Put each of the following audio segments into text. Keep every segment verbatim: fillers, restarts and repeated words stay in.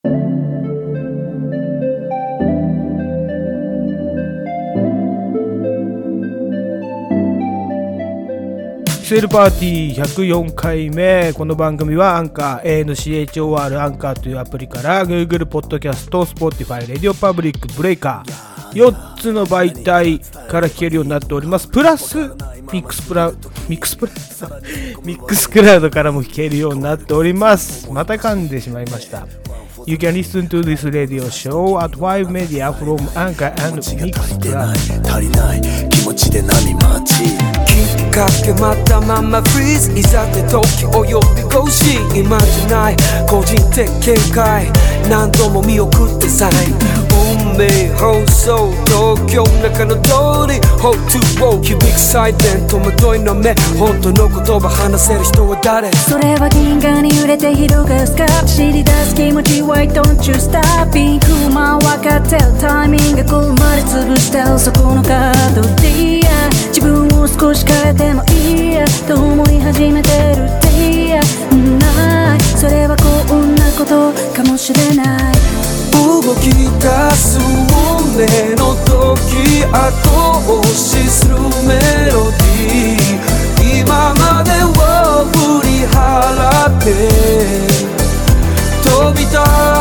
キセルパーティーひゃくよんかいめ。この番組はアンカー エーエヌシーエイチオーアール アンカーというアプリから Google ポッドキャスト、Spotify、レディオパブリック、ブレイカーよっつの媒体から聞けるようになっております。プラスミックスプラミックスプラミックスクラウドからも聞けるようになっております。また噛んでしまいました。You can listen to this radio show at Vibe Media from Anchor and Mixcloud。 足りない気持ちで波待ちきっかけまたままフリーズいざって時を呼び越し今じゃない個人的見解何度も見送ってさえ運命放送東京中の通り Hot to Walk 響くサイレン戸惑いの目本当の言葉話せる人は誰それは銀河に揺れて広がるスカープ知り出す気持ち Why don't you stop ピンクマン分かってるタイミングが来るまで潰してるそこのカードで自分を少し変えてもいいやと思い始めてるってないそれはこんなことかもしれない動き出す運命の時後押しするメロディー今までを振り払って飛び立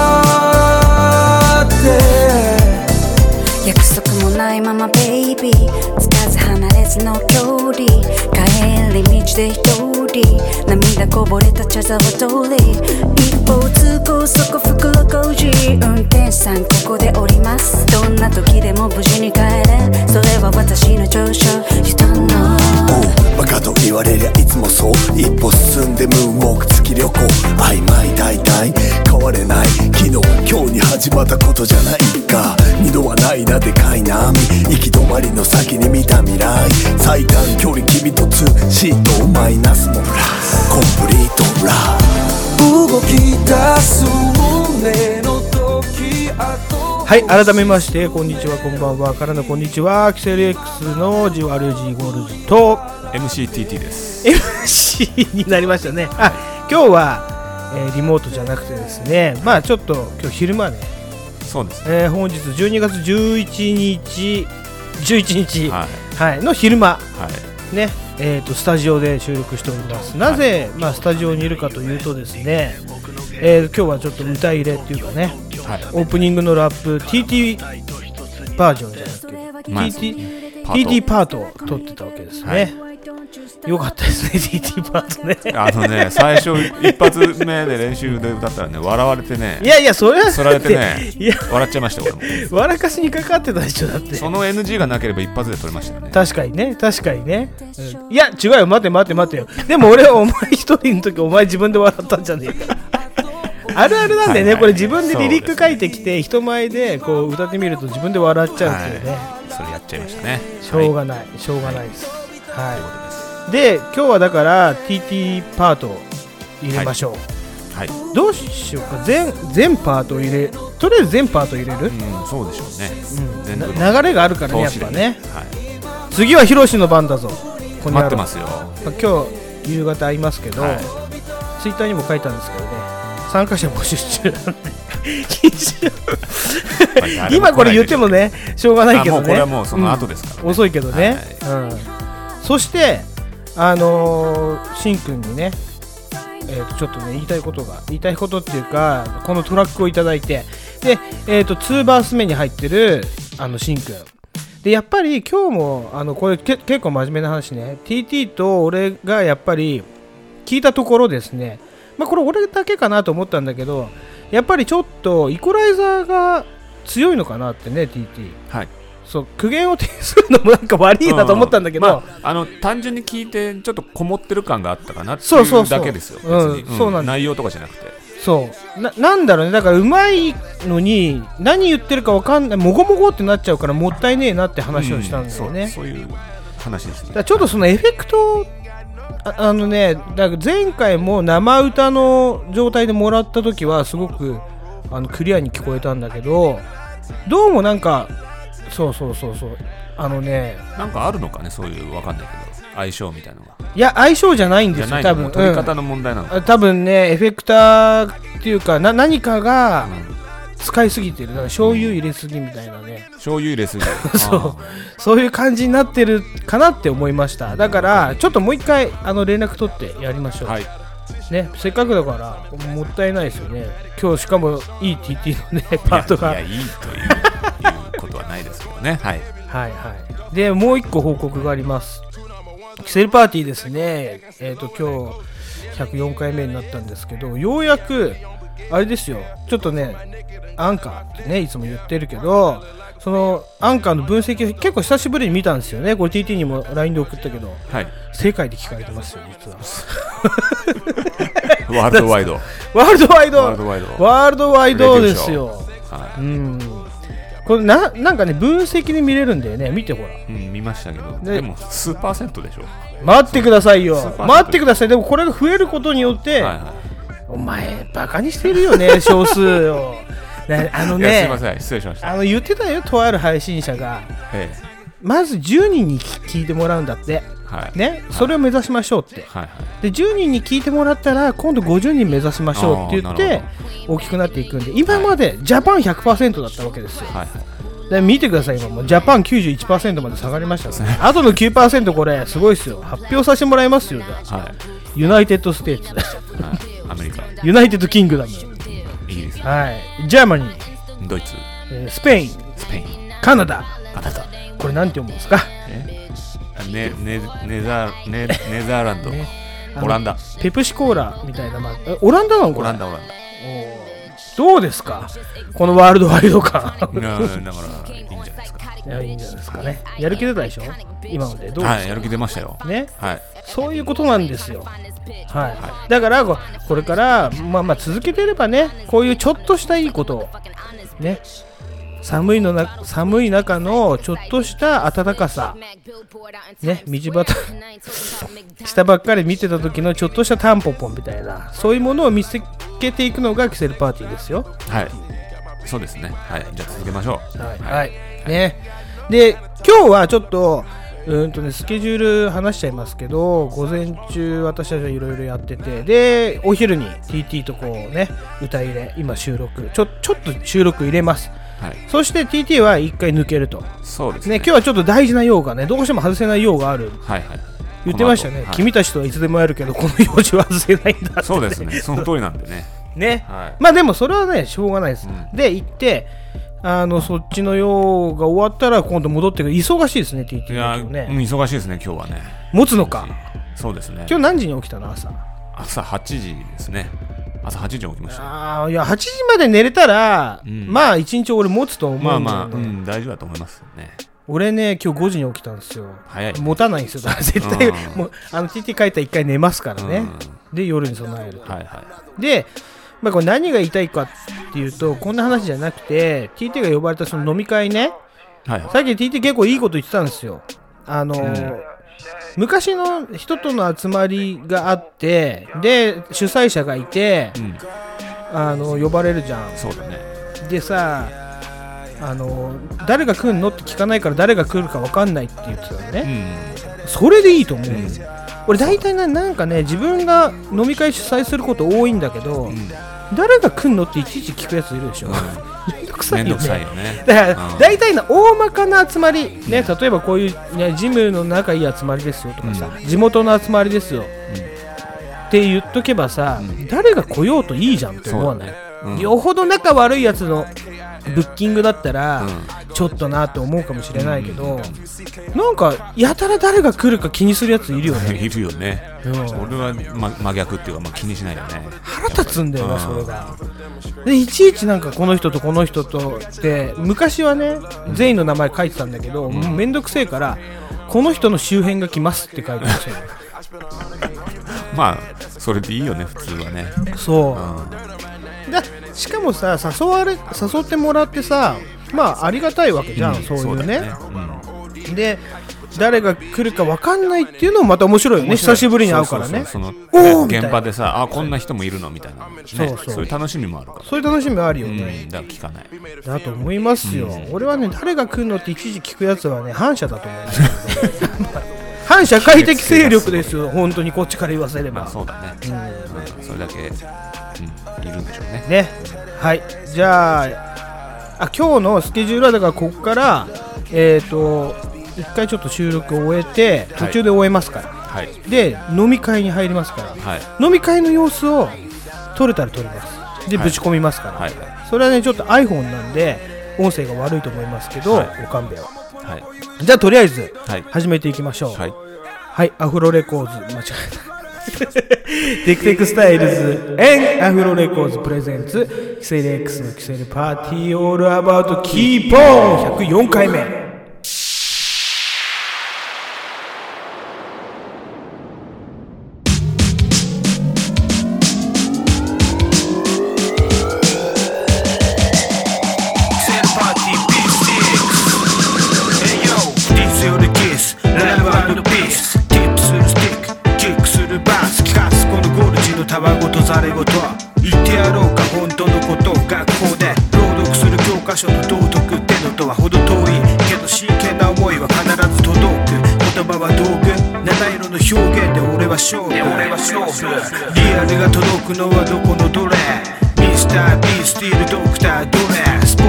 って約束もないままベイビーつかず離れずの距離帰り道で一人涙こぼれた茶沢通り一方通行そこ袋小路運転手さんここで降りますどんな時でも無事に帰れそれは私の長所 You don't know バカと言われりゃいつもそう一歩進んでムーンウォーク月旅行曖昧大体変われない昨日今日に始まったことじゃないか二度はないなでかい波行き止まりの先に見た未来最短距離君とツーシートマイナスもプラスコンプリートラブ動き出す運命の時後はい、改めましてこんにちはこんばんはからのこんにちは。キセル X のジワルジーゴールズとエムシーティーティー です。 エムシー になりましたね。あ、今日は、えー、リモートじゃなくてですね、まあちょっと今日昼間ね、 そうですね、 えー、本日じゅうにがつじゅういちにちじゅういちにち、はいはい、の昼間、はい、ね、えーとスタジオで収録しております。なぜ、はい、まあ、スタジオにいるかというとですね、えー、今日はちょっと歌入れっていうかね、はい、オープニングのラップ ティーティー バージョンじゃなくて、まあ、ティーティー パートを撮ってたわけですね、はい、よかったですね ティーティー パートねあのね最初一発目で練習で歌ったらね笑われてねいやいやそれはそられてねいや笑っちゃいました俺も笑かしにかかってたでしょだってその エヌジー がなければ一発で撮れましたよね確かにね確かにね、うん、いや違うよ待て待て待てよでも俺はお前一人の時お前自分で笑ったんじゃねえかあるあるなんでね、はいはい、これ自分でリリック書いてきて、ね、人前でこう歌ってみると自分で笑っちゃうっていうね、はい、 それやっちゃいましたねしょうがない、はい、しょうがないです、はいはい、で今日はだから ティーティー パートを入れましょう、はいはい、どうしようか 全, 全パートを入れとりあえず全パート入れる、うん、 そうでしょうね、 うん、流れがあるからねやっぱね、はい、次はヒロシの番だぞこ待ってますよ、 まあ、今日夕方会いますけど、はい、ツイッターにも書いたんですけどね参加者募集中なんで今これ言ってもねしょうがないけどねもうこれはもうその後ですから、ねうん、遅いけどね、はいうん、そしてあのー、しんくんにね、えー、とちょっとね言いたいことが言いたいことっていうかこのトラックをいただいてで、えー、とにバース目に入ってるあのしんくんでやっぱり今日もあのこれけ結構真面目な話ね ティーティー と俺がやっぱり聞いたところですねまあ、これ俺だけかなと思ったんだけどやっぱりちょっとイコライザーが強いのかなってね ティーティー、はい、そう苦言を呈するのもなんか悪いなと思ったんだけど、うんまあ、あの単純に聞いてちょっとこもってる感があったかなっていうだけですよ別に、うん、内容とかじゃなくてそう な, なんだろうねだからうまいのに何言ってるか分かんないもごもごってなっちゃうからもったいねえなって話をしたんだよね、 うん、そう, そういう話ですねだからちょっとそのエフェクトあ, あのね、だから前回も生歌の状態でもらった時はすごくあのクリアに聞こえたんだけどどうもなんかそうそうそうそうあのねなんかあるのかねそういうわかんないけど相性みたいなのがいや相性じゃないんですよ多分取り方の問題なの、 うん、多分ねエフェクターっていうかな何かが、 使いすぎてる、だから醤油入れすぎみたいなね、 醤油入れすぎそうそういう感じになってるかなって思いました。だからちょっともう一回あの連絡取ってやりましょう、はいね、せっかくだからもったいないですよね。今日しかもいい ティーティー のねパートが、 いやいやいいといういうことはないですけどね、はい、 はいはいでもう一個報告があります。キセルパーティーですね、えっと今日ひゃくよんかいめになったんですけど、ようやくあれですよ、ちょっとねアンカーってねいつも言ってるけど、そのアンカーの分析結構久しぶりに見たんですよね。これ ティーティー にも ライン で送ったけど、はい、世界で聞かれてますよ実はワールドワイドワールドワイドワールドワイドワールドワイドですよ、 はい、 うんこれ な, なんかね分析で見れるんだよね。見てほら、 うん、見ましたけど、で, でも数パーセントでしょ。 待ってくださいよ待ってください。でもこれが増えることによって、はいはい、お前バカにしてるよね少数をあのね、 すいません失礼しました。 あの言ってたよ、とある配信者が、ええ、まずじゅうにんに聞いてもらうんだって、はいねはい、それを目指しましょうって、はいはい、でじゅうにんに聞いてもらったら今度ごじゅうにん目指しましょうって言って大きくなっていくんで、今までジャパン ひゃくパーセント だったわけですよ、はいはい、で見てください、今もうジャパン きゅうじゅういちパーセント まで下がりましたから、ね、あとの きゅうパーセント これすごいですよ。発表させてもらいますよ、じゃあ、はい、ユナイテッドステーツ、はい、 アメリカ、 ユナイテッドキングダム、 イギリス、 はい、ジャーマニー、 ドイツ、 えー、スペイン、 スペイン、 カナダ、 カナダ、 これなんて読むんですか？ えねねネザーねネザーランド、ね、オランダ、 ペプシコーラみたいな、まあ、オランダなのこれ？ オランダオランダ。 どうですかこのワールドワイド感？ だからいいんじゃないですか。 いやいいんじゃないですかね。やる気出たでしょ今まで。どうですか？ はい、やる気出ましたよ。 ね、 はい、 そういうことなんですよ。はい、はい、だからこれからまあまあ続けてればね、こういうちょっとしたいいことをね、寒いのな寒い中のちょっとした暖かさね、道端下ばっかり見てた時のちょっとしたタンポポンみたいな、そういうものを見つけていくのがキセルパーティーですよ。 はい、そうですね。はい、じゃあ続けましょう。 はい、はいはい、ね。で今日はちょっとうんとねスケジュール話しちゃいますけど、午前中私たちはいろいろやってて、でお昼に ティーティー とこうね歌入れ、今収録ちょちょっと収録入れます。はい、そして ティーティー はいっかい抜けると。 そうですね。 ね、今日はちょっと大事な用がね、どうしても外せない用がある。はいはい。言ってましたね。はい、君たちとはいつでもやるけど、この用事は外せないんだって、ね。 そうですね。その通りなんでね。 ね、はい。まあでもそれはね、しょうがないです。うん、で、行って、あのそっちの用が終わったら今度戻ってくる。忙しいですね、ティーティー のね。 うん、忙しいですね、今日はね。 持つのか。 そうですね。 今日何時に起きたの朝？ 朝はちじですね。朝はちじに起きました。 ああ、いやはちじまで寝れたら、うん、まあ一日俺持つと思うんだよね。 まあまあ、うん、大丈夫だと思いますね。 俺ね今日ごじに起きたんですよ。 早い。 持たないんですよ。だから絶対、うん、もうあの ティーティー 帰ったら一回寝ますからね。うん、で夜に備えると。はいはい。で、まあこれ何が言いたいかっていうと、こんな話じゃなくて ティーティー が呼ばれたその飲み会ね。はいはい、さっき ティーティー 結構いいこと言ってたんですよ。あのー。うん、昔の人との集まりがあって、で主催者がいて、うん、あの呼ばれるじゃん。 そうだね。でさ、あの誰が来るのって聞かないから誰が来るか分かんないって言ってたのね。うん、それでいいと思う。うん、俺大体 な, なんかね自分が飲み会主催すること多いんだけど、うん、誰が来るのっていちいち聞くやついるでしょ。うんめんどくさいよね。よねだから大体の大まかな集まり、ね、例えばこういう、ね、ジムの仲いい集まりですよとかさ、うん、地元の集まりですよ、うん、って言っとけばさ、うん、誰が来ようといいじゃんって思わない、ねうん、よほど仲悪いやつのブッキングだったら、うん、ちょっとなって思うかもしれないけど、うん、なんかやたら誰が来るか気にするやついるよね。 いるよね、うん、俺は、ま、真逆っていうか、まあ、気にしないよね。 腹立つんだよな、それが。でいちいちなんかこの人とこの人とって昔はね全員の名前書いてたんだけど、うん、もうめんどくせえからこの人の周辺が来ますって書いてましたよ。 まあそれでいいよね普通はね。 そう、うん、だしかもさ誘われ誘ってもらってさ、まあありがたいわけじゃん、うん、そういうね。そうね、うん、で誰が来るか分かんないっていうのもまた面白いよね。久しぶりに会うからね。 そのお現場でさ、あこんな人もいるのみたいな、ね、そうそうそういう楽しみもあるから。 そういう楽しみもあるよね。 うん、だから聞かない。 だと思いますよ。うん、俺はね誰が来るのって一時聞くやつはね反社だと思うんですよ、ね。反社会的勢力ですよ。本当にこっちから言わせれば。 まあ、そうだね。うん、それだけ、うん、いるんでしょうね。 ね。はい。じゃああ今日のスケジュールはだからここからえっ、ー、と一回ちょっと収録を終えて途中で終えますから、はい、で飲み会に入りますから、はい、飲み会の様子を撮れたら撮りますで、はい、ぶち込みますから、はい、それはねちょっと iPhone なんで音声が悪いと思いますけど、はい、おかんべは、はい、じゃあとりあえず、はい、始めていきましょうはい、はい、アフロレコーズ間違えたテクテクスタイルズエンアフロレコーズプレゼンツキセル X のキセルパーティーオールアバウトキーポンひゃくよんかいめリアルが届くのはどこのどれミスター B スティールドクターどれ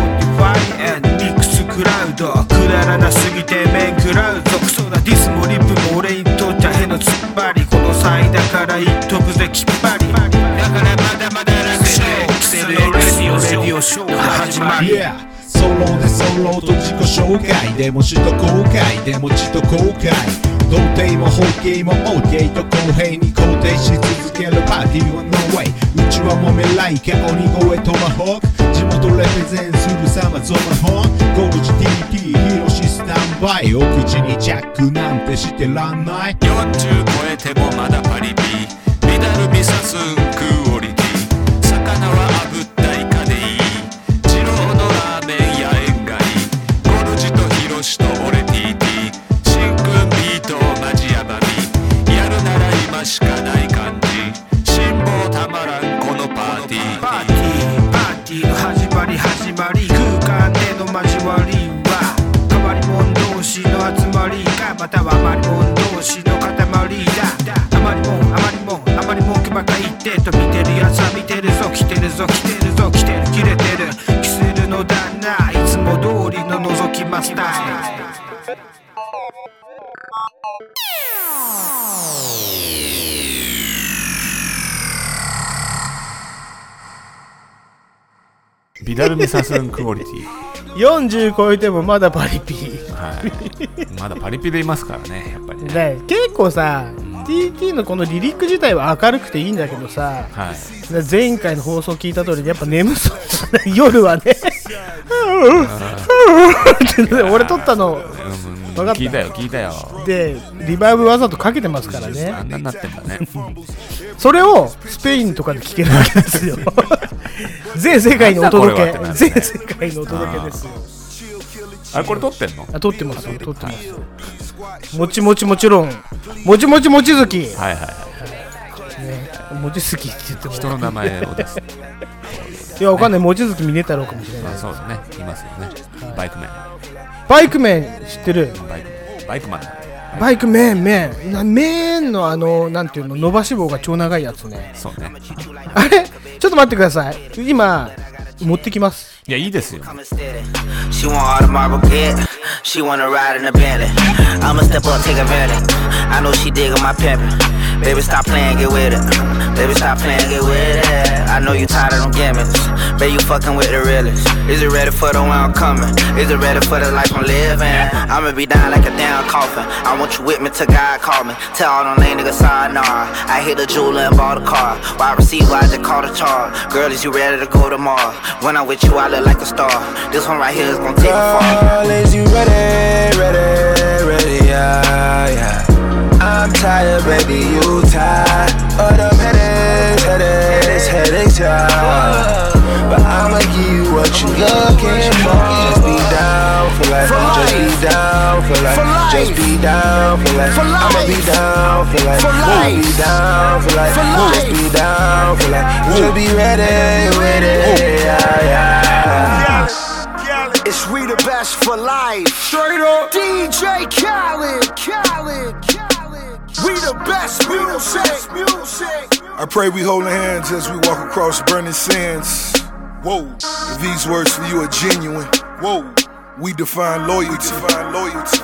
Spotify and ミックスクラウドくだらなすぎて面食らうぞクソなディスもリップも俺にとっちゃへのつっぱりこの際だから言っとくぜきっぱりだからまだまだ楽勝キセル X のレディオショーが始まり、yeah.ソロでソロと自己紹介でもしと後悔でもちと後悔童貞もホッケーも OK と公平に肯定し続けるパーティーは No way うちはもめライカ鬼越トマホーク地元レペゼンする様ゾマホンゴルジ ティーティー ヒロシスタンバイお口にジャックなんてしてらんないよんじゅう超えてもまだパリピミダルミサスンクオリティ魚は炙ったイカでいい二郎のラーメンや縁がいいゴルジとヒロシと俺 ティーティー シンくんビートマジヤバみやるなら今しかない感じ辛抱たまらんこのパーティーパーティーパーティーの始まり始まり空間での交わりは変わり者同士の集まりかまたは余り者同士の塊だ余りもん余りもん余りもんばか言ってと見てるやつは見てるぞ来てるぞ来てるぞ来てる切れてるキスるの旦那いつも通りの覗きマスタービダルミサスンクオリティよんじゅう超えてもまだパリピ、 はい、まだパリピでいますからねやっぱり ね, ね結構さ、うん、ティーティー のこのリリック自体は明るくていいんだけどさ、はい、前回の放送聞いた通りやっぱ眠そう夜はね俺撮ったの分かった聞いたよ聞いたよでリバーブわざとかけてますからねあんなになってんだねそれをスペインとかで聞けるわけですよ全世界にお届け、ね、全世界にお届けですよあれこれ撮ってんのあ撮ってますよ撮ってますよ、はい、もちもちもちろんもちもちもちづきはいはいはい、ね、もちづきって言っても人の名前を出すいやわかんないもちづき見れたろうかもしれない、 まあ、そうですねいますよね、はい、バイクメンバイクメン知ってるバイクバイクマンバイクメンメンメンのあのなんていうの伸ばし棒が超長いやつねそうねあれちょっと待ってください今持ってきますいやいいですよ She want all the marble kid. She wanna ride in a Bentley. I'ma step up, take advantage. I know she diggin' my pimpin'. Baby, stop playing, get with it. Baby, stop playing, get with it. I know you tired of them gimmicks. Baby, you fucking with the realest. Is it ready for the one I'm coming? Is it ready for the life I'm living? I'ma be down like a damn coffin. I want you with me till God call me. Tell all them lame niggas sayonara. I hit the jeweler and bought a car. Why I receive, I just call the charge. Girl, is you ready to go tomorrow? When I'm with you, I look like a star. This one right here is gonna take me far. Girl, is you ready, ready, ready, yeah, yeah. I'm tired, baby, you tired of them headaches, headaches, headaches, yeah. But I'ma give you what you looking for. Just be down for life, just be down for life, just be down for life. I'ma be down for life, I'ma be down for life, just be down for life. Just be ready, ready, yeah, yeah. It's we the best for life. Straight up. D J Khaled, Khaled, Khaled. We the best music, music. I pray we holding hands as we walk across burning sands. Whoa, if these words for you are genuine, whoa, we define loyalty. Define loyalty.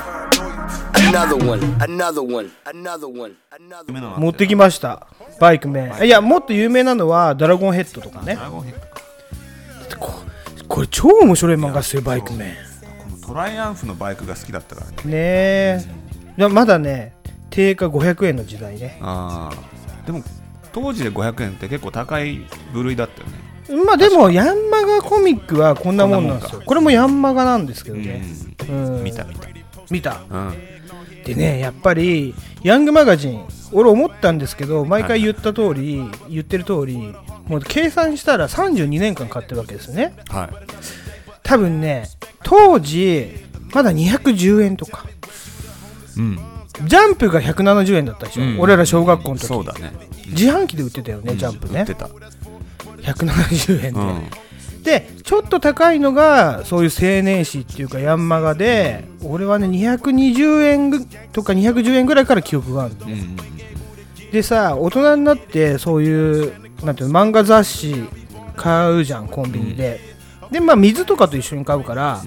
Another one, another one, another one, another one. 持ってきましたバイク名。いやもっと有名なのはドラゴンヘッドとかね。ドラゴンヘッドこ, これ超面白い漫画っすよバイク名。 このトライアンフのバイクが好きだったからね。 ねえ。いやまだね定価ごひゃくえんの時代ね。 ああ。でも当時でごひゃくえんって結構高い部類だったよね。 まあでもヤンマガコミックはこんなもんなんですよ。これもヤンマガなんですけどね。 うん、 うん、 見た見た見た。 うん、 でねやっぱりヤングマガジン俺思ったんですけど毎回言った通り、はい、言ってる通りもう計算したらさんじゅうにねんかん買ってるわけですね。 はい。 多分ね当時まだにひゃくじゅうえんとか。 うん。 ジャンプがひゃくななじゅうえんだったでしょ、うん、俺ら小学校の時。 そうだね。 自販機で売ってたよね、うん、ジャンプね。 売ってた。 ひゃくななじゅうえんで、うん、でちょっと高いのがそういう青年誌っていうかヤンマガで俺はねにひゃくにじゅうえんとかにひゃくじゅうえんぐらいから記憶があるの、ね、うん、でさ大人になってそういうなんていうの漫画雑誌買うじゃんコンビニで、うん、でまあ水とかと一緒に買うから、うん、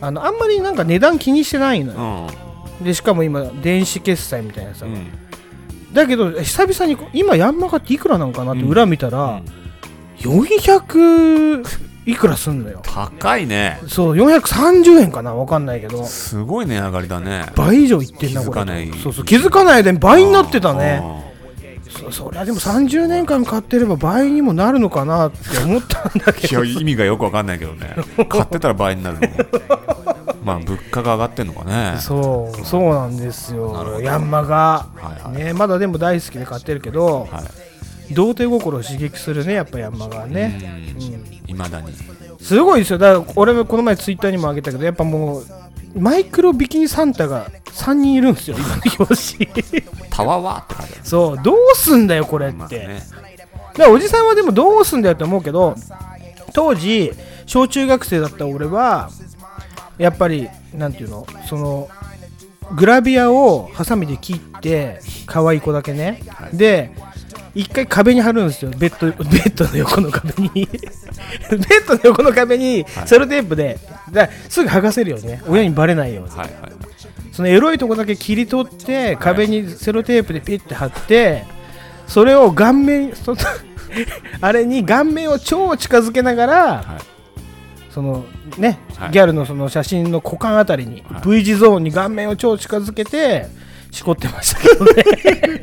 あのあんまりなんか値段気にしてないのよ、うん、でしかも今電子決済みたいなさ、うん、だけど久々に今ヤンマガっていくらなんかなって裏見たら、うんうんよんひゃくいくらすんのよ。 高いね。 そうよんひゃくさんじゅうえんかなわかんないけどすごい値上がりだね。 倍以上いってんなこれ。気づかない。そうそう気づかないで倍になってたね。そ, そりゃでもさんじゅうねんかん買ってれば倍にもなるのかなって思ったんだけどいや意味がよくわかんないけどね買ってたら倍になるのまあ物価が上がってんのかね。 そうそうなんですよヤンマガ、はいはいね、まだでも大好きで買ってるけど、はい、童貞心を刺激するねやっぱヤンマガはね。 いま、うん、だにすごいですよ。だから俺もこの前ツイッターにも上げたけどやっぱもうマイクロビキニサンタがさんにんいるんですよ今の表紙タワワって感じ。 そうどうすんだよこれって、まあね、だからおじさんはでもどうすんだよって思うけど当時小中学生だった俺はやっぱりなんていうのそのグラビアをハサミで切って可愛い子だけね、はい、で一回壁に貼るんですよベッド、ベッドの横の壁にベッドの横の壁にセロテープで、はい、すぐ剥がせるようにね、はい、親にバレないように、はいはい、そのエロいとこだけ切り取って壁にセロテープでピッて貼ってそれを顔面そあれに顔面を超近づけながら、はい、そのね、はい、ギャルのその写真の股間あたりに、はい、V 字ゾーンに顔面を超近づけてしこってましたけどね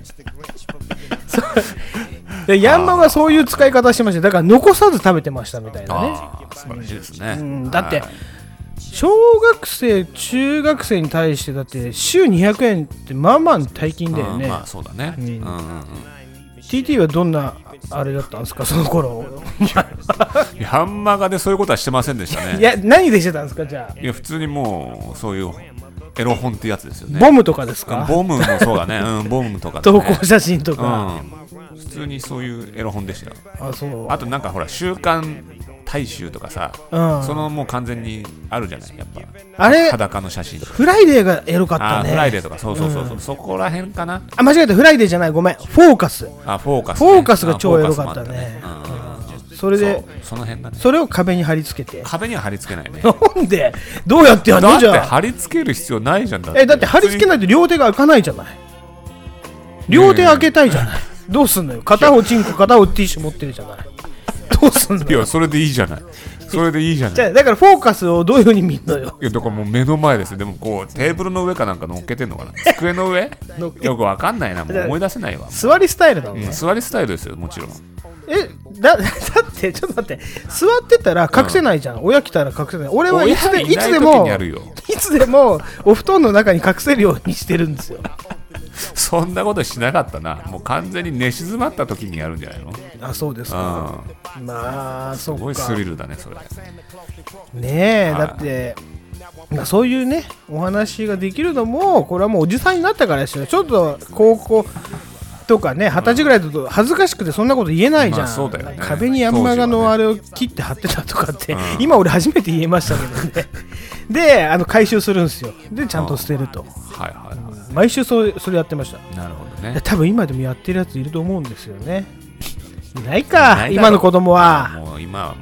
でヤンマはそういう使い方してました。だから残さず食べてましたみたいなね。 あ素晴らしいですね、 うん、だって小学生中学生に対してだって週にひゃくえんってまあまあ大金だよね。 まあそうだね、うんうんうん、 ティーティー はどんなあれだったんですかその頃ヤンマガでそういうことはしてませんでしたね。 いや何でしてたんですかじゃあ。 いや普通にもうそういうエロ本ってやつですよね。 ボムとかですか。 ボムもそうだね、うん、ボムとか、ね、 投稿写真とか、 うん、普通にそういうエロ本でしたよ。 あそう。 あとなんかほら週刊大衆とかさ、うん、そのもう完全にあるじゃないやっぱあれ裸の写真とか。 フライデーがエロかったね。 あフライデーとかそうそうそうそう、うん、そこら辺かな。 あ間違えたフライデーじゃないごめんフォーカス。 あフォーカス、ね、 フォーカスが超エロかったね。それでそ, その辺だね。 それを壁に貼り付けて。 壁には貼り付けないね。 なんでどうやってやるの。じゃあだって貼り付ける必要ないじゃん。だってえだって貼り付けないと両手が開かないじゃない。両手開けたいじゃない。どうすんのよ。片方チンコ片方ティッシュ持ってるじゃない。どうすんのよ。 いやそれでいいじゃない。それでいいじゃない。 じゃあだからフォーカスをどういう風に見るのよ。 いやだからもう目の前ですよ。でもこうテーブルの上かなんか乗っけてんのかな。机の上よくわかんないな。もう思い出せないわ。 座りスタイルだもんね、 うん、座りスタイルですよもちろん。 え だ, だってちょっと待って座ってたら隠せないじゃん、うん、親来たら隠せない。俺はいつ で, いつでもいつでもお布団の中に隠せるようにしてるんですよ。 そんなことしなかったな。もう完全に寝静まった時にやるんじゃないの。 あそうですか、うん、まあそうか。 すごいスリルだねそれねえ、はい、だってまあ、そういうねお話ができるのもこれはもうおじさんになったからですよ。ちょっと高校とかね、二十歳ぐらいだと恥ずかしくてそんなこと言えないじゃん、まあそうだよね、壁にヤンマガのあれを切って貼ってたとかって、ね、今俺初めて言えましたけどねであの回収するんですよ。でちゃんと捨てると、はいはいはい、毎週それ、それやってました。 なるほどね。 多分今でもやってるやついると思うんですよね。いないか今の子供は。 もう今はもう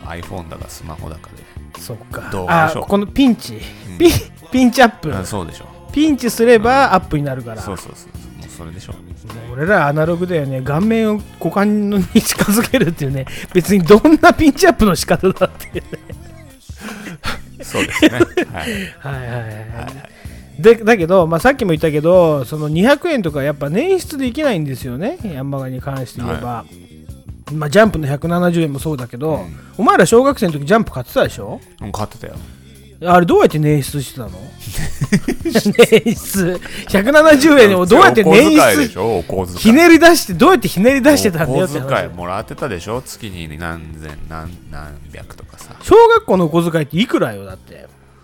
iPhone だかスマホだかで。 そっか。 どうでしょう。 あ、このピンチ、 うん、 ピンピンチアップ。 あ、そうでしょ。 ピンチすればアップになるから。 そうそうそう。もうそれでしょ。 俺らアナログだよね。顔面を股間に近づけるっていうね。別にどんなピンチアップの仕方だっていうね。 そうですね。はい。 はいはいはい。でだけど、まあ、さっきも言ったけど、そのにひゃくえんとかやっぱ捻出できないんですよね、ヤンマガに関して言えば。はい、まあ、ジャンプのひゃくななじゅうえんもそうだけど、うん、お前ら小学生の時ジャンプ買ってたでしょ。 うん、買ってたよ。 あれどうやって捻出してたの？捻出ひゃくななじゅうえんをどうやって捻出ひねり出してどうやってひねり出してたんだよって話。 お小遣いもらってたでしょ、月に何千 何, 何百とかさ。 小学校のお小遣いっていくらよ。だって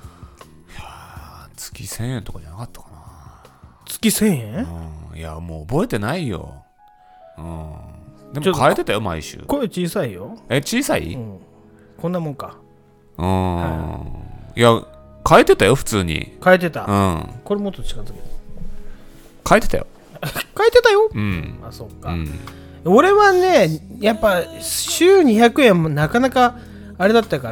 月せんえんとかじゃなかったかな。 月せんえん、 うん、いやもう覚えてないよ、うん、でも変えてたよ毎週。 声小さいよ。 え、小さい、うん、 こんなもんか。 うん、はい、いや変えてたよ普通に。 変えてた、 うん、 これもっと近づける。 変えてたよ変えてたよ、 うん、 あ、そっか、 うん、 俺はねやっぱ週にひゃくえんもなかなかあれだったから、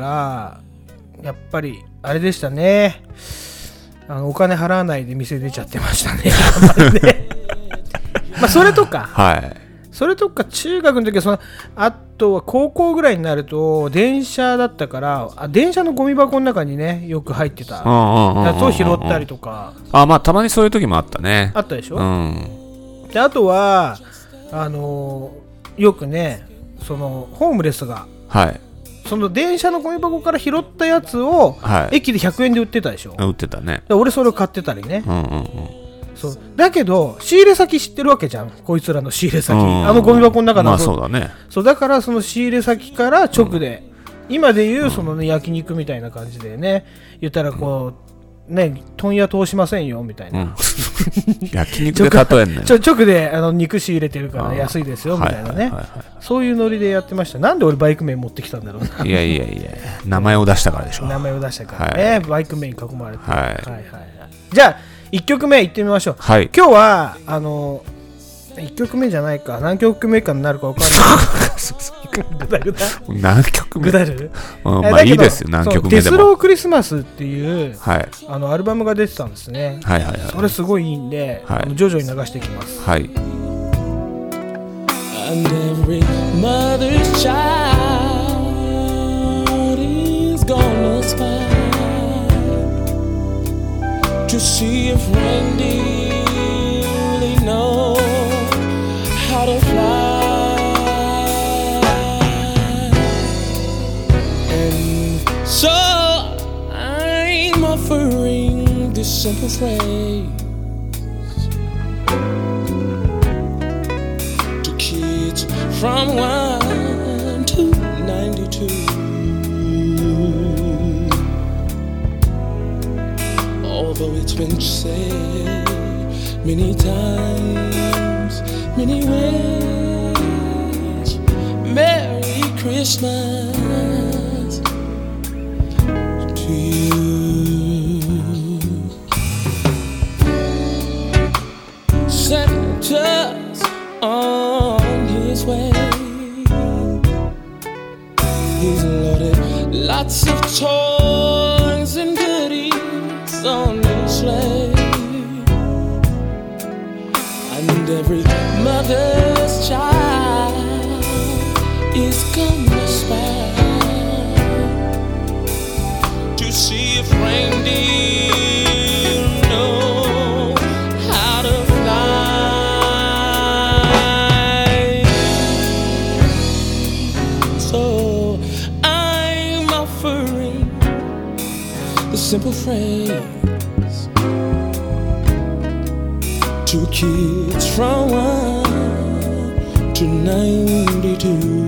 やっぱりあれでしたね、あのお金払わないで店出ちゃってましたね。ねまあそれとか、 はい、 それとか中学の時はその、あとは高校ぐらいになると電車だったから、あ、電車のゴミ箱の中にねよく入ってたやつを拾ったりとか。 あ、まあたまにそういう時もあったね。 あったでしょ、 うん、 であとはあのー、よくねそのホームレスが、 はい、 その電車のゴミ箱から拾ったやつを、はい、駅でひゃくえんで売ってたでしょ。 売ってたね。 俺それを買ってたりね、 うんうんうん、 そうだけど仕入れ先知ってるわけじゃん、こいつらの仕入れ先、うん、あのゴミ箱の中の、 まあそうだね。 そうだからその仕入れ先から直で、うん、今でいうその、ね、焼肉みたいな感じでね言ったらこう、うん、ね問屋通しませんよみたいな、うん、 焼肉で例えんねん。 ちょ直であの肉仕入れてるから安いですよみたいなね、はいはいはいはい、そういうノリでやってました。なんで俺バイク名持ってきたんだろうな。 いやいやいや名前を出したからでしょ。 名前を出したからね、はい、バイク名に囲まれて、 はいはいはい、 じゃあいっきょくめいってみましょう、はい、今日はあのいっきょくめじゃないか、何曲目かになるか分かんないぐだぐだ何曲目ぐだる、 うん、まあいいですよ何曲目でも。 テスロークリスマスっていう、 はい、 あのアルバムが出てたんですね、 はいはいはい、 それすごいいいんで、はい、徐々に流していきます。 はい。 And every mother's child is gonna spy to see if Randy really know how to fly. And so I'm offering this simple phrase to kids from one to ninety-two. Although it's been said many times, many ways, Merry Christmas to you. Santa's on his way. He's loaded lots of toys and goodies on his sleigh, and every mother's child is gonna spy to see if reindeer know how to fly. So I'm offering the simple phrase to kids from one to ninety-two.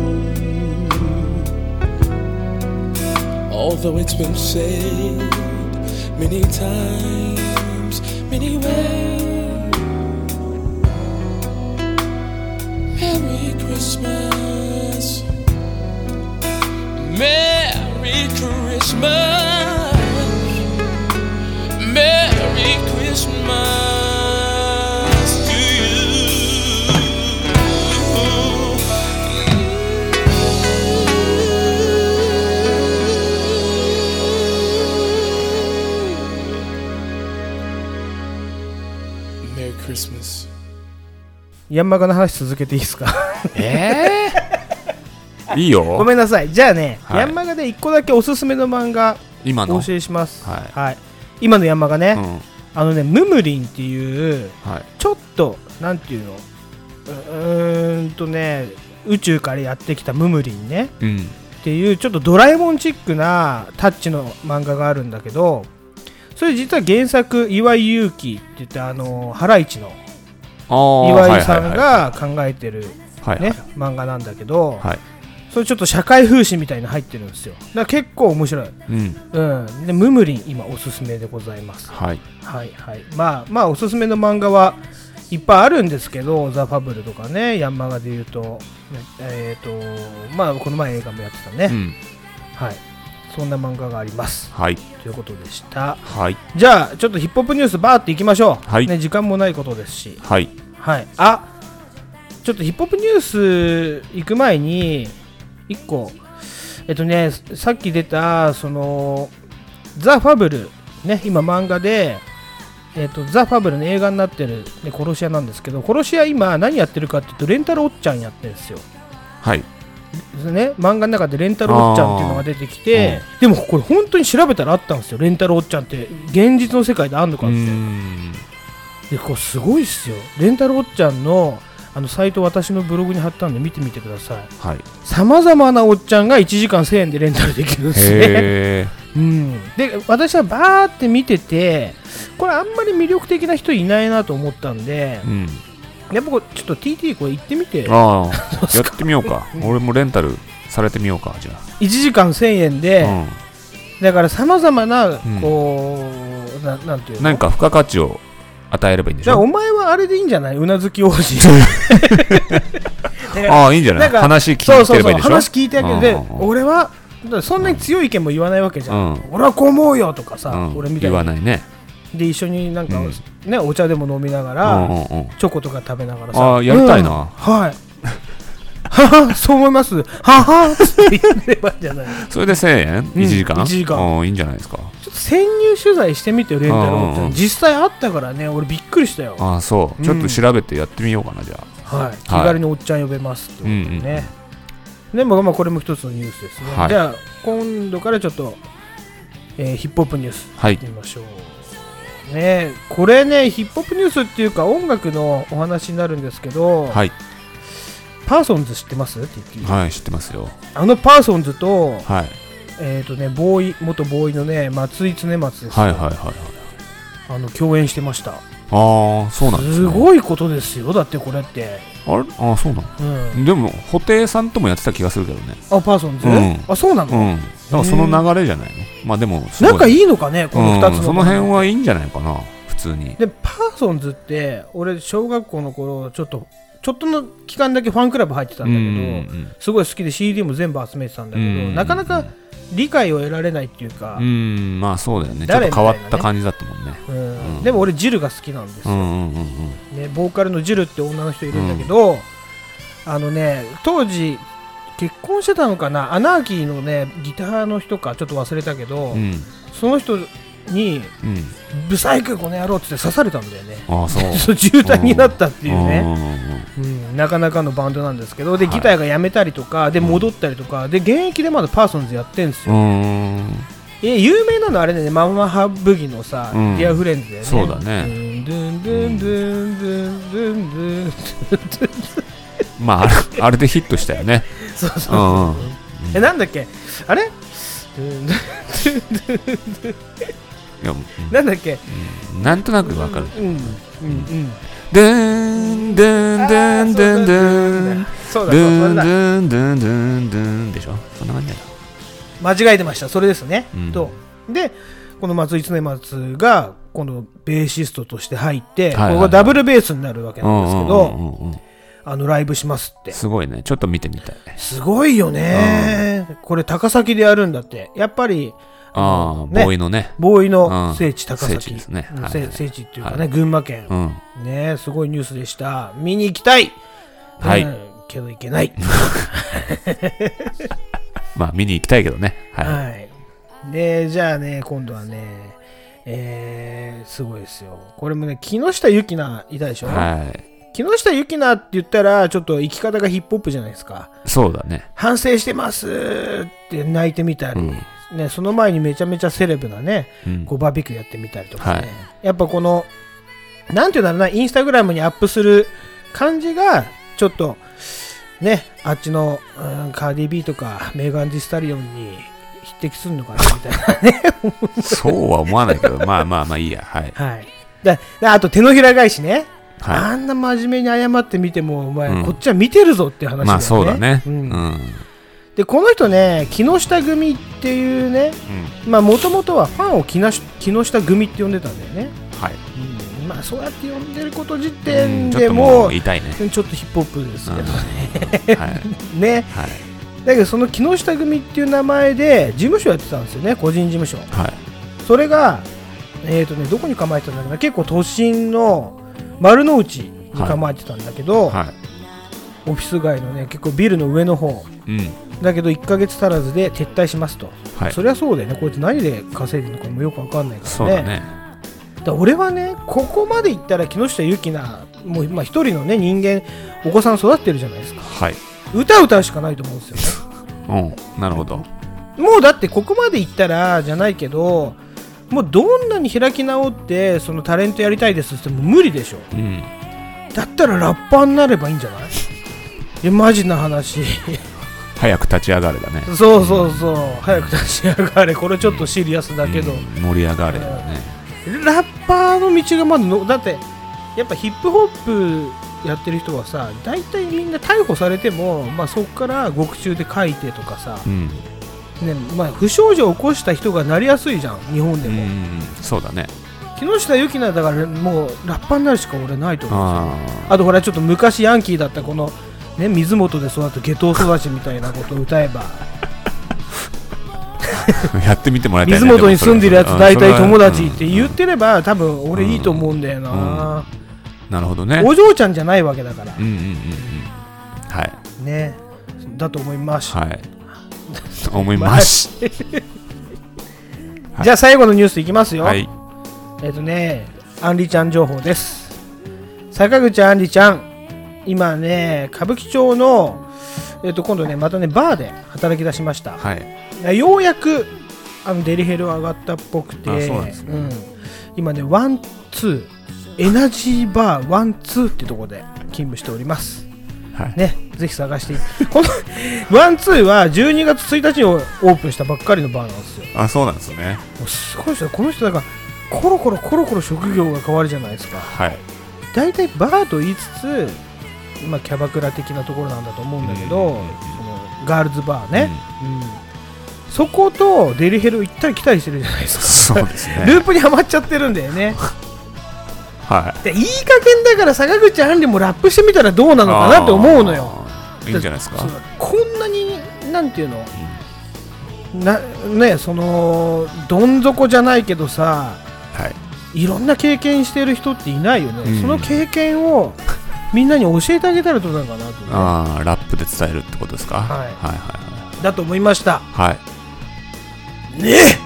Although it's been said many times, many ways, Merry Christmas, Merry Christmas, Merry Christmas. Christmas. ヤンマガの話続けていいですか？ えー、いいよ。 ごめんなさい。じゃあね、 はい、 ヤンマガでいっこだけおすすめの漫画今のお教えします。 はいはい、今のヤンマガね、 うん、 あのねムムリンっていう、 はい、 ちょっとなんていうの、うーんとね宇宙からやってきたムムリンね、うん、っていうちょっとドラえもんチックなタッチの漫画があるんだけど、それ実は原作岩井勇気って言ってあのハライチの岩井さんが考えてる、 はいはいね、漫画なんだけど、はい、それちょっと社会風刺みたいに入ってるんですよ。だから結構面白い、うんうん、でムムリン今おすすめでございます。はいはいはい。まあまあおすすめの漫画はいっぱいあるんですけど、ザ・ファブルとかね、ヤンマガで言うと、えっ、ー、とまあこの前映画もやってたね、うん、はい、そんな漫画があります、はい、ということでした。はい、じゃあちょっとヒップホップニュースバーっていきましょう、はいね、時間もないことですし、はいはい、あちょっとヒップホップニュース行く前にいっこ、えっとねさっき出たそのザ・ファブルね、今漫画でえー、とザ・ファブルの映画になってる、ね、殺し屋なんですけど、殺し屋今何やってるかっていうとレンタルおっちゃんやってるんですよ。はいね、漫画の中でレンタルおっちゃんっていうのが出てきて、でもこれ本当に調べたらあったんですよ。レンタルおっちゃんって現実の世界であんのかって。でこれすごいっすよ。レンタルおっちゃんのあのサイト、私のブログに貼ったんで見てみてください。さまざまなおっちゃんがいちじかんせんえんでレンタルできるんですね。うん、で私はバーって見てて、これあんまり魅力的な人いないなと思ったんで、うん、やっぱこれちょっと ティーティー これ行ってみて、あやってみようか。俺もレンタルされてみようか。じゃあいちじかんせんえんで、うん、だからさまざまなこう、うん、な, なんていうの何か付加価値を与えればいいんでしょ。 じゃあお前はあれでいいんじゃない？うなずき王子ああいいんじゃない？話聞いてればいいでしょ。そうそうそう、 話聞いてあげて、で俺はそんなに強い意見も言わないわけじゃん、うん、俺はこう思うよとかさ、うん、俺みたいに言わないね。 で一緒になんか、うんね、お茶でも飲みながら、うんうんうん、チョコとか食べながらさ、 あやりたいな、うん、 はいははそう思いますははって言えばいいんじゃない。 それでせんえん、うん、いちじかんいちじかんいいんじゃないですか。ちょっと潜入取材してみてよレンタルおっちゃん、実際あったからね、俺びっくりしたよ。 あそう、うん、ちょっと調べてやってみようかな。じゃあ、はい、気軽におっちゃん呼べますってことでね、うんうんでもまあこれも一つのニュースですね、はい、じゃあ今度からちょっと、えー、ヒップホップニュースいってみましょう、はい、ね、これねヒップホップニュースっていうか音楽のお話になるんですけど、はい、パーソンズ知ってます？ はい知ってますよ。 あのパーソンズと、はい、えーとねボーイ元ボーイのね松井常松です、ね、はいはいはいはい、あの共演してました。 ああそうなんですね。 すごいことですよ。だってこれってあれあそうなの、うん、でも布袋さんともやってた気がするけどね。 あパーソンズ、うん、あそうなの、うん、 だからその流れじゃないの。まあでも仲いいのかねこのふたつの、うん、 その辺はいいんじゃないかな普通に。 でパーソンズって俺小学校の頃ちょっとちょっとの期間だけファンクラブ入ってたんだけど、うんうん、すごい好きで シーディー も全部集めてたんだけど、うんうん、なかなか理解を得られないっていうか、 うんまあそうだよね。ちょっと変わった感じだったもんね、 うんうん、でも俺ジルが好きなんですよ、うんうんうんね、ボーカルのジルって女の人いるんだけど、うん、あのね当時結婚してたのかな、アナーキーのねギターの人かちょっと忘れたけど、うん、その人に、うん、ブサイクこの野郎って刺されたんだよね。あそうそう渋滞になったっていうね、うん、なかなかのバンドなんですけど、でギターがやめたりとかで戻ったりとか、うん、で現役でまだパーソンズやってんですよ。え有名なのあれね、ママハブギのさ、うん、ディアフレンズでね。 そうだね。まああれ、あれでヒットしたよね。 そうそうそう、うんうん、えなんだっけあれいやなんだっけ、 うん、なんとなくわかる。うんうんうん。ドゥンドゥンドゥンドゥンドゥンそうだそうだドゥンドゥンドゥンドゥンドゥンでしょ。そんな感じだよ。 間違えてました。それですね。うん、とでこの松井常松が今度ベーシストとして入って、はいはいはい、ここがダブルベースになるわけなんですけど、うんうんうんうん、あのライブしますって。 すごいね。ちょっと見てみたい。 すごいよね、うん、これ高崎でやるんだって。やっぱりああ、ね、ボーイのねボーイの聖地高崎、 うん、聖地ですね、はいはい、 聖地っていうかね、はい、群馬県、うん、ねすごいニュースでした。見に行きたい、 はい、 うん、けど行けないまあ見に行きたいけどね、はい、 はい、でじゃあね今度はねえー、すごいですよ。これもね、木下ゆきないたでしょ。 はい。 木下ゆきなって言ったらちょっと生き方がヒップホップじゃないですか。 そうだね。 反省してますって泣いてみたり、うんね、その前にめちゃめちゃセレブなね、うん、こうバーベキューやってみたりとかね、はい、やっぱこのなんていうんだろうな、インスタグラムにアップする感じがちょっとね、あっちの、うん、カーディービーとかメーガン・ディスタリオンに匹敵するのかなみたいなねそうは思わないけどまあまあまあいいや。はい、 はい、だだあと手のひら返しね、はい、あんな真面目に謝ってみてもお前、うん、こっちは見てるぞっていう話だよね。 まあそうだね、 うんうん、でこの人ね、木下組っていうね、まあもともとはファンを木下、木下組って呼んでたんだよね。 はい、 うん、まあそうやって呼んでること時点でも、 うん、ちょっともう痛いね。 ちょっとヒップホップですけどね、 うんはい、 ね、はい、だけどその木下組っていう名前で事務所やってたんですよね、個人事務所。 はい、 それがえーとね、どこに構えてたんだけど、結構都心の丸の内に構えてたんだけど、はいはい、オフィス街のね、結構ビルの上の方、うん、だけどいっかげつ足らずで撤退しますと、はい、そりゃそうだよね、こいつ何で稼いでるのかもよく分かんないからね。 そうだね。 だ俺はね、ここまでいったら木下ゆきな、もうまあ一人のね人間、お子さん育ってるじゃないですか、はい、歌歌うしかないと思うんですよね。 うん、なるほど。 もうだってここまでいったらじゃないけど、もうどんなに開き直ってそのタレントやりたいですっても無理でしょ、うん、だったらラッパーになればいいんじゃない？え、マジな話早く立ち上がれだね。 そうそうそう、うん、早く立ち上がれ。これちょっとシリアスだけど、うん、 盛り上がれだね。 ラッパーの道がまだの、だってやっぱヒップホップやってる人はさ、大体みんな逮捕されても、まあ、そこから獄中で書いてとかさ、うんね、まあ、不祥事を起こした人がなりやすいじゃん、日本でも。うん、 そうだね。 木下ゆきなだからもうラッパーになるしか俺ないと思うんですよ。 あ, あとほらちょっと昔ヤンキーだったこの、ね、水元で育った下等育ちみたいなことを歌えばやってみてもらいたいね。 水元に住んでるやつ大体友達って言ってれば、うん、多分俺いいと思うんだよな、うんうん、 なるほどね。 お嬢ちゃんじゃないわけだから、うんうんうんうん、 はいね、だと思います。 はい思います、はい、 じゃあ最後のニュースいきますよ、 はい、 えっ、ー、とねあんりちゃん情報です。坂口あんりちゃん今ね歌舞伎町の、えー、と今度ねまたねバーで働き出しました、はい、ようやくあのデリヘル上がったっぽくて、あ、そうなんですね、うん、今ねワンツーエナジーバーワンツーってところで勤務しております、はいね、ぜひ探してこのワンツーはじゅうにがつついたちにオープンしたばっかりのバーなんですよ。 あ、そうなんですね。 もうすごいですよ、この人だからコロコロコロコロ職業が変わるじゃないですか。はい。だいたいバーと言いつつ、まあ、キャバクラ的なところなんだと思うんだけど、うん、そのガールズバーね、うんうん、そことデリヘル行ったり来たりしてるじゃないですか。 そうですね。 ループにはまっちゃってるんだよね。 はい、 でいい加減だから坂口あんりもラップしてみたらどうなのかなって思うのよ。 いいんじゃないですか。 こんなになんていうの、うん、なね、そのどん底じゃないけどさ、はい、いろんな経験してる人っていないよね、うん、その経験をみんなに教えてあげたらどうなのかなと、ね、 あ、ラップで伝えるってことですか。はい、はいはいはい、 だと思いました。 はいねえ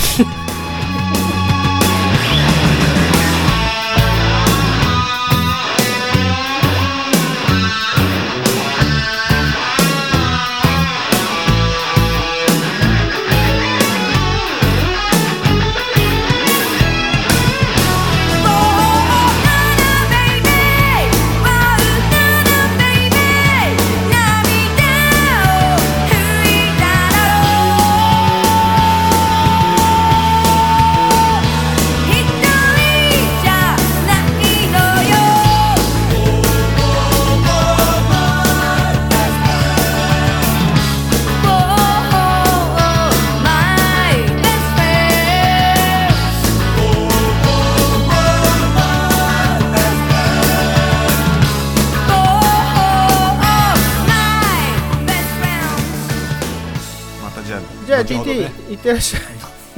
じゃあ ティーティー いってらっしゃい。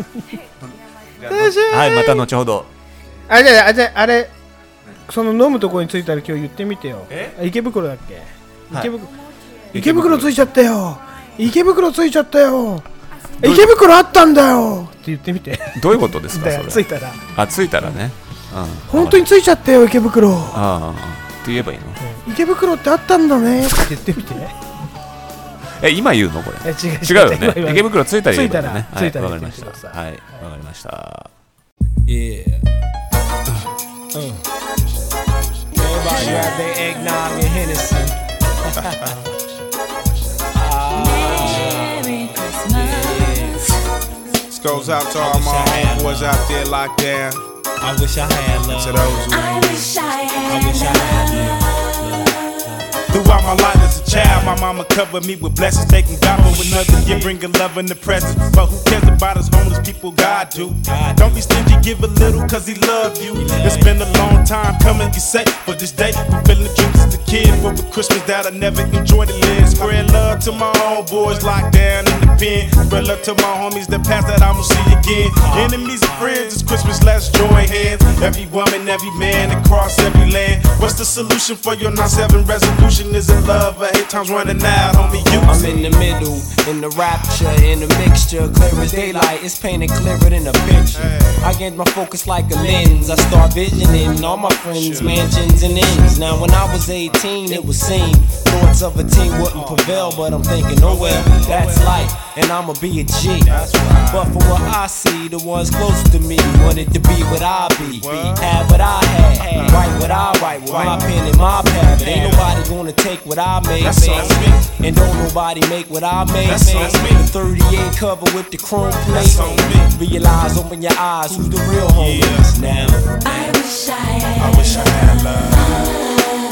はい、また後ほど。 あ、じゃあ、じゃあ、あれ、その飲むところに着いたら今日言ってみてよ。池袋だっけ、はい、池袋、池袋着いちゃったよ。池袋着いちゃったよ。池袋あったんだよ。 言ってみて。 どういうことですかそれ。 着いたら。 あ、着いたらね。 うん、本当に着いちゃったよ池袋。ああって言えばいいの、 うん、池袋ってあったんだねって言ってみて。 え今言うのこれ。 違う違う違うよね。池袋着いたら言えばいいのね。 着いたらわかりました。はいわかりました。 Yeah. Uh, uh. Everybody grab their eggnog and Hennessy. Merry Christmas. This goes out to all my homeboys out there locked down. I wish I had love. To those who I wish I had I wish I had you. Throughout my life as a child, my mama covered me with blessings, taking God for another year, bringing love in the present. But who cares about us homeless people? God do. Don't be stingy, give a little, cause he love you. It's been a long time coming, you say, for this day. Fulfilling the dreams as a kid, for a Christmas that I never enjoyed to live. Spread love to my homeboys locked down in the pen. Spread love to my homies that passed that I won't see again. Enemies and friends, it's Christmas, let's join hands. Every woman, every man, across every land. What's the solution for your nine seven resolution? Is it love or hate times running out, homie? You I'm in the middle, in the rapture, in the mixture, clear as daylight. It's painted clearer than a picture. I get my focus like a lens. I start visioning all my friends, mansions and ends. Now when I was eighteen, it was seen thoughts of a team wouldn't prevail, but I'm thinking, oh well, that's life, and I'ma be a G. But from what I see, the ones close to me wanted to be what I be, have what I had, write what I write with my pen and my pad. But ain't nobody gonna take what I made, baby. And don't nobody make what I made, baby. The thirty-eight cover with the chrome plate. Realize, open your eyes, who's the real homies now? I wish I had I wish I had love.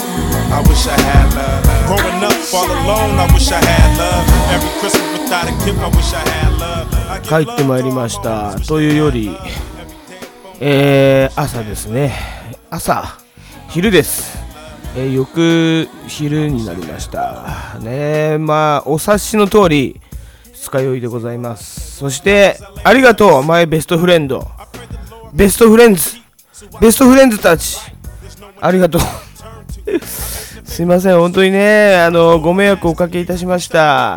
I wish I had love. Growing up all alone, I wish I had love. Every Christmas without a gift, I wish I had love. 帰ってまいりましたというより、えー、朝ですね。朝、昼です。えー、翌昼になりましたね。まあお察しの通り二日酔いでございます。そしてありがとうマイベストフレンド、ベストフレンズ、ベストフレンズたち、ありがとう。すいません、本当にね、あのご迷惑をおかけいたしました。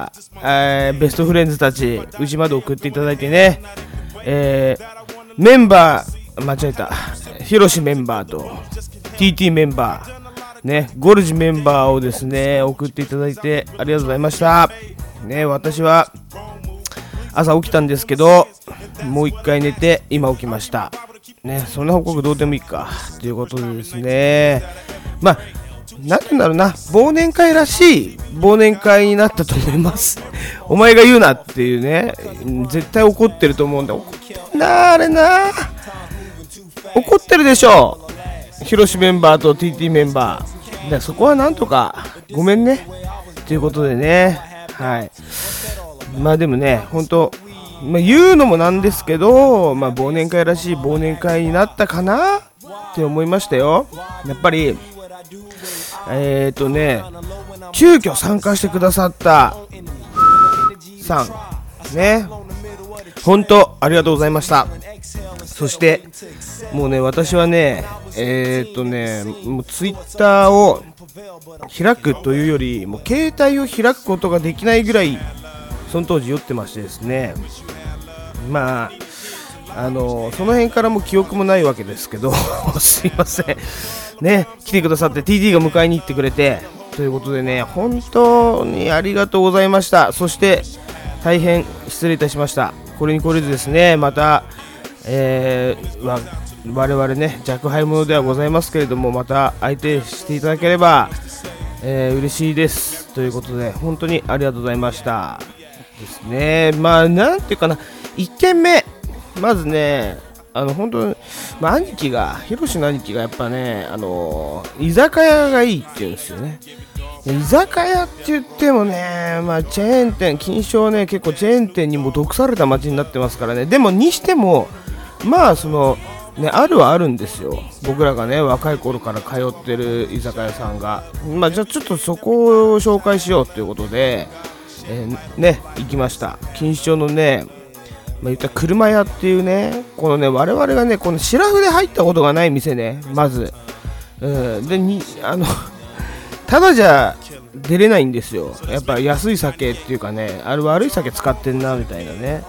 えー、ベストフレンズたち、うちまで送っていただいてね、えー、メンバー間違えた、ヒロシメンバーと ティーティー メンバーね、ゴルジメンバーをですね送っていただいてありがとうございましたね。私は朝起きたんですけど、もう一回寝て今起きましたね。そんな報告どうでもいいかということでですね、まあなんていうんだろうな、忘年会らしい忘年会になったと思いますお前が言うなっていうね、絶対怒ってると思うんだ。怒ってんなあれな、怒ってるでしょヒロシメンバーと ティーティー メンバーで、そこはなんとかごめんねということでね、はい。まあでもね、本当、まあ、言うのもなんですけど、まあ忘年会らしい忘年会になったかなって思いましたよ。やっぱりえーとね、急遽参加してくださったさんね、本当ありがとうございました。そしてもうね、私はね、えーとね、もうツイッターを開くというより、もう携帯を開くことができないぐらいその当時酔ってましてですね、まああのその辺からも記憶もないわけですけどすいませんね、来てくださって ティーティー が迎えに行ってくれてということでね、本当にありがとうございました。そして大変失礼いたしました。これに懲りずですね、また、えー、我々ね若輩者ではございますけれども、また相手していただければ、えー、嬉しいですということで、本当にありがとうございましたですね。まあなんていうかな、いっけんめまずね、あの本当に、まあ、兄貴がヒロシの兄貴がやっぱね、あのー、居酒屋がいいって言うんですよね。居酒屋って言ってもね、まあチェーン店、金賞ね、結構チェーン店にも毒された街になってますからね。でもにしてもまあそのね、あるはあるんですよ。僕らがね若い頃から通ってる居酒屋さんが、まあじゃあちょっとそこを紹介しようということで、えー、ね行きました。金賞のね、まあ、言ったら車屋っていうね、このね我々がねこのシラフで入ったことがない店ね、まず、うん、でにあのただじゃ出れないんですよ。やっぱ安い酒っていうかね、あれ悪い酒使ってんなみたいなね。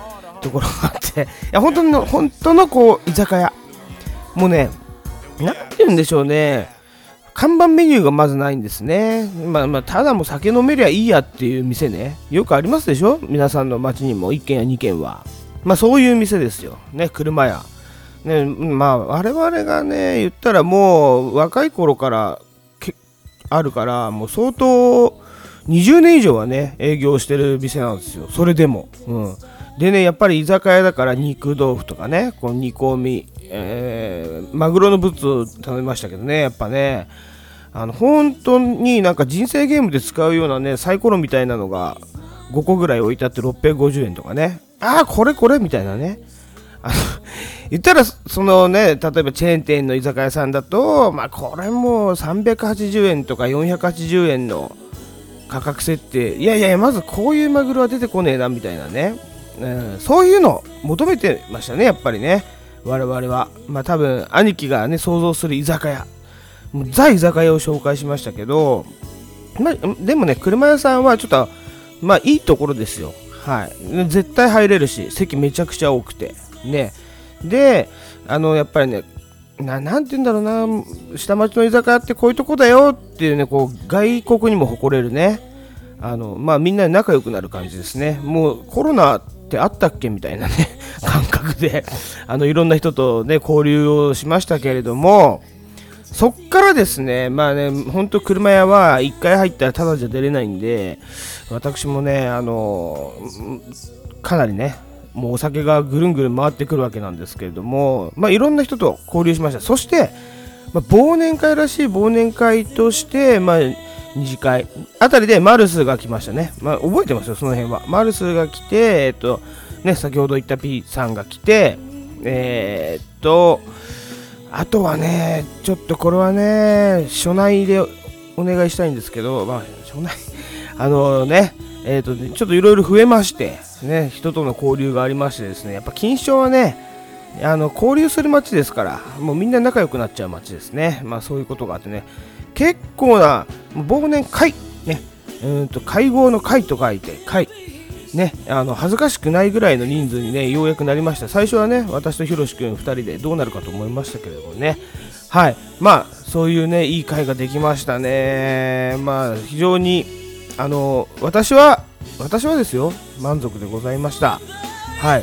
ところがあって、いや本当の本当のこう居酒屋、もうね、なんて言うんでしょうね、看板メニューがまずないんですね。まあまあただもう酒飲めりゃいいやっていう店ね、よくありますでしょ、皆さんの街にもいっ軒やに軒は。まあそういう店ですよね、車屋ね。まあ我々がね言ったらもう若い頃からあるから、もう相当にじゅうねん以上はね営業してる店なんですよ。それでも、うん、でね、やっぱり居酒屋だから肉豆腐とかね、こう煮込み、えー、マグロのブツを頼みましたけどね、やっぱね、あの本当になんか人生ゲームで使うようなねサイコロみたいなのがごこぐらい置いてあってろっぴゃくごじゅうえんとかね、ああこれこれみたいなね、あの言ったらそのね、例えばチェーン店の居酒屋さんだと、まあこれもさんびゃくはちじゅうえんとかよんひゃくはちじゅうえんの価格設定、いやいやまずこういうマグロは出てこねえなみたいなね、うん、そういうの求めてましたね、やっぱりね、我々は。まあ多分兄貴がね想像する居酒屋、もうザ居酒屋を紹介しましたけど、まあ、でもね車屋さんはちょっとまあいいところですよ。はい、絶対入れるし席めちゃくちゃ多くてね。であのやっぱりね、な, なんて言うんだろうな、下町の居酒屋ってこういうとこだよっていうね、こう外国にも誇れるね、あのまあみんなで仲良くなる感じですね。もうコロナってあったっけみたいなね感覚であのいろんな人とね交流をしましたけれども、そっからですね、まあね、本当車屋はいっかい入ったらただじゃ出れないんで、私もね、あのかなりね、もうお酒がぐるんぐるん回ってくるわけなんですけれども、まあいろんな人と交流しました。そして、まあ、忘年会らしい忘年会として、まあ二次会あたりでマルスが来ましたね。まあ覚えてますよ、その辺は。マルスが来て、えっとね、先ほど言った P さんが来て、えー、っとあとはね、ちょっとこれはね、初内でお願いしたいんですけど、まあ、初内、あのね、えっと、ちょっといろいろ増えまして、ね、人との交流がありましてですね、やっぱ錦糸町はね、あの、交流する街ですから、もうみんな仲良くなっちゃう街ですね。まあ、そういうことがあってね、結構な、忘年会、ね、うんと、会合の会と書いて、会。ね、あの恥ずかしくないぐらいの人数にねようやくなりました。最初はね私とひろしくんふたりでどうなるかと思いましたけれどもね、はい、まあそういうねいい会ができましたね。まあ非常にあの私は私はですよ満足でございました。はい。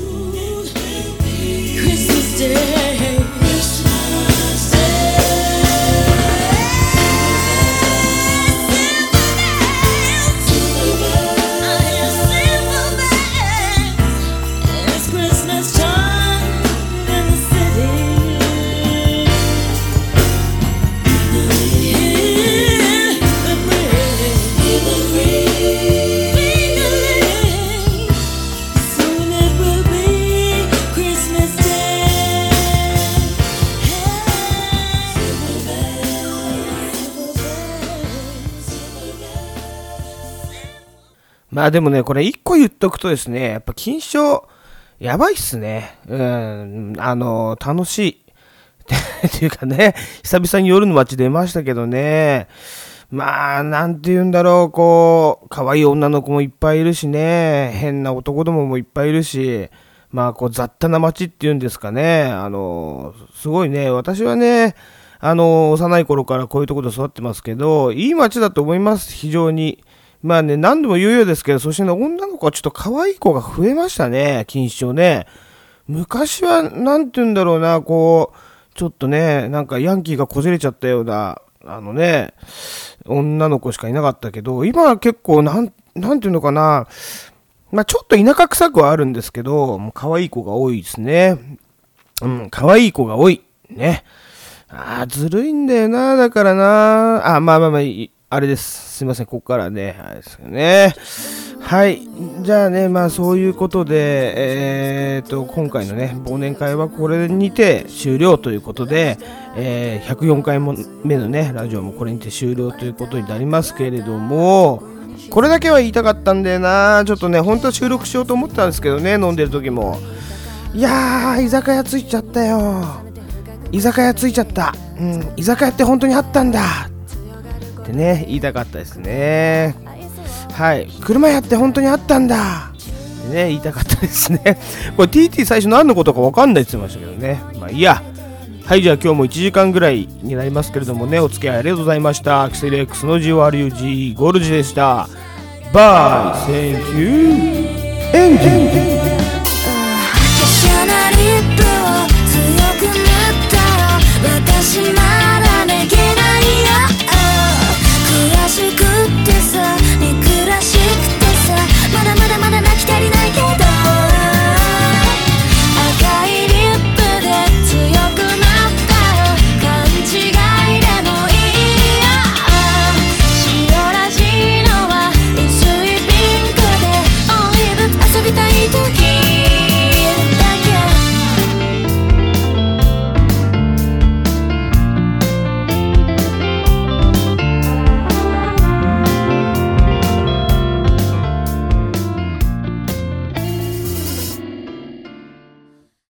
まあでもね、これ一個言っとくとですね、やっぱ錦糸町、やばいっすね。うん、あの、楽しい。っていうかね、久々に夜の街出ましたけどね、まあ、なんて言うんだろう、こう、可愛い女の子もいっぱいいるしね、変な男どももいっぱいいるし、まあ、こう、雑多な街っていうんですかね、あの、すごいね、私はね、あの、幼い頃からこういうところで育ってますけど、いい街だと思います、非常に。まあね、何度も言うようですけど、そしてね、女の子はちょっと可愛い子が増えましたね、錦糸町ね。昔は、なんて言うんだろうな、こう、ちょっとね、なんかヤンキーがこじれちゃったような、あのね、女の子しかいなかったけど、今は結構、なん、なんていうのかな、まあちょっと田舎臭くはあるんですけど、もう可愛い子が多いですね。うん、可愛い子が多い。ね。ああ、ずるいんだよな、だからな。あ、まあまあまあ、あれです。すいません、ここからね、あれですよね。はい。じゃあね、まあそういうことで、えーと、今回のね、忘年会はこれにて終了ということで、えー、ひゃくよんかいめのね、ラジオもこれにて終了ということになりますけれども、これだけは言いたかったんだよな。ちょっとね、本当は収録しようと思ったんですけどね、飲んでる時も。いやー、居酒屋ついちゃったよ。居酒屋ついちゃった。うん、居酒屋って本当にあったんだ。ってね、言いたかったですね。はい。車屋って本当にあったんだ。 ってね言いたかったですね。これ ティーティー 最初何のことか分かんないって言ってましたけどね。まあいいや。はい、じゃあ今日もいちじかんぐらいになりますけれどもね、お付き合いありがとうございました。アクセル X の ジーオーアールユージー ゴールジでした。バイ、センキュー、エンディング。